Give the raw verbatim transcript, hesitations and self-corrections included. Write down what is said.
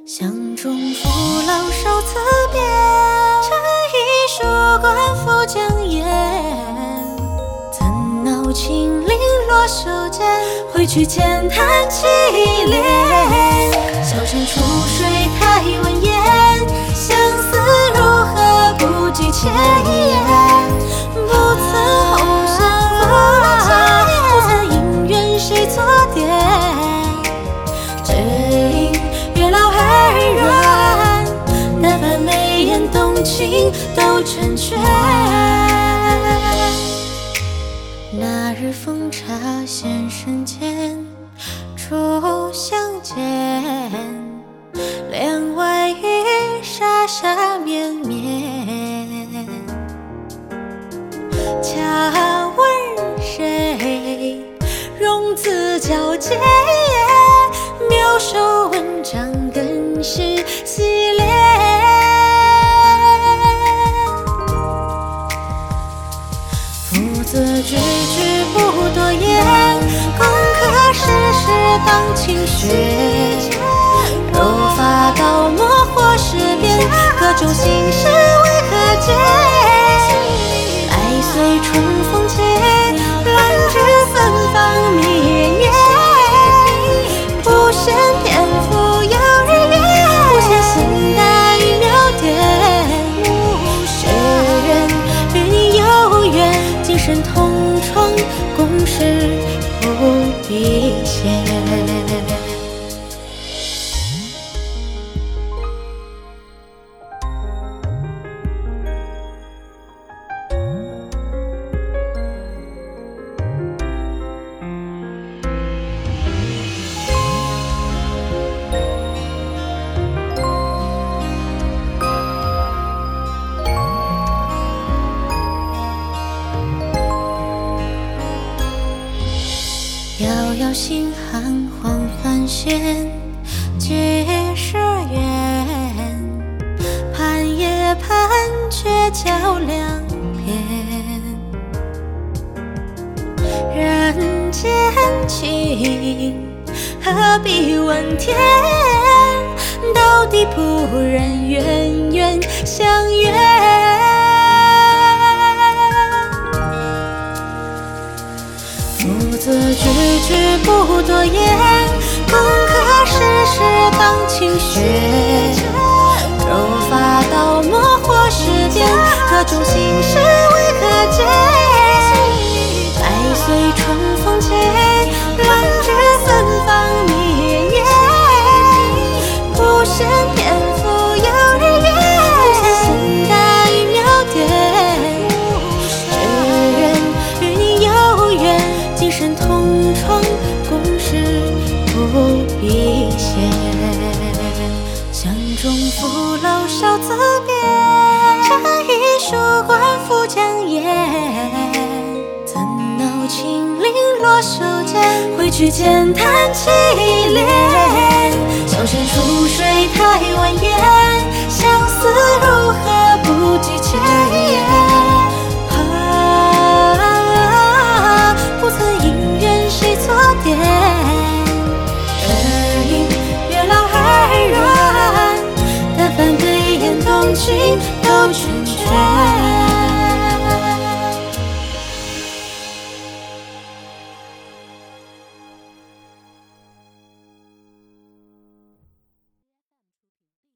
乡中父老少辞别，这一书馆复将烟。怎恼青林落手间，回去见叹凄怜。小山出水太蜿蜒，相思如何不及千言。不曾红尘风尘，不曾姻缘谁作奠。只因月老而软，但凡眉眼动情都成全。那日奉茶现身间，初相见，帘外雨沙沙绵绵。恰问谁容字交结，妙手文章更是洗练。父子句句不多言，功课事事当勤学。柔发刀墨或是变，各种心事为何解？来岁春风节，乱指芬芳蜜月月。不嫌篇幅有日月，不嫌心大于秒点。只愿与你有缘，今生同窗共事不避嫌。遥遥星汉黄帆线，几时圆？盼也盼却交两边。人间情，何必问天？到底不忍冤冤相约。父子句句不多言，功课事事当勤学。柔发刀墨或是变，各种心事为何解？来岁春风节，乱指芬芳蜜月月。不嫌篇幅有日月，不嫌心大于秒点。只愿与你有缘，今生同窗共事不避嫌。乡中父老少辞别，这一书馆复将烟。怎恼青林落手间，回去见叹凄怜。小山出水太蜿蜒，相思如何不及千言。不曾姻缘谁作奠，只因月老而软，但凡眉眼动情都成全。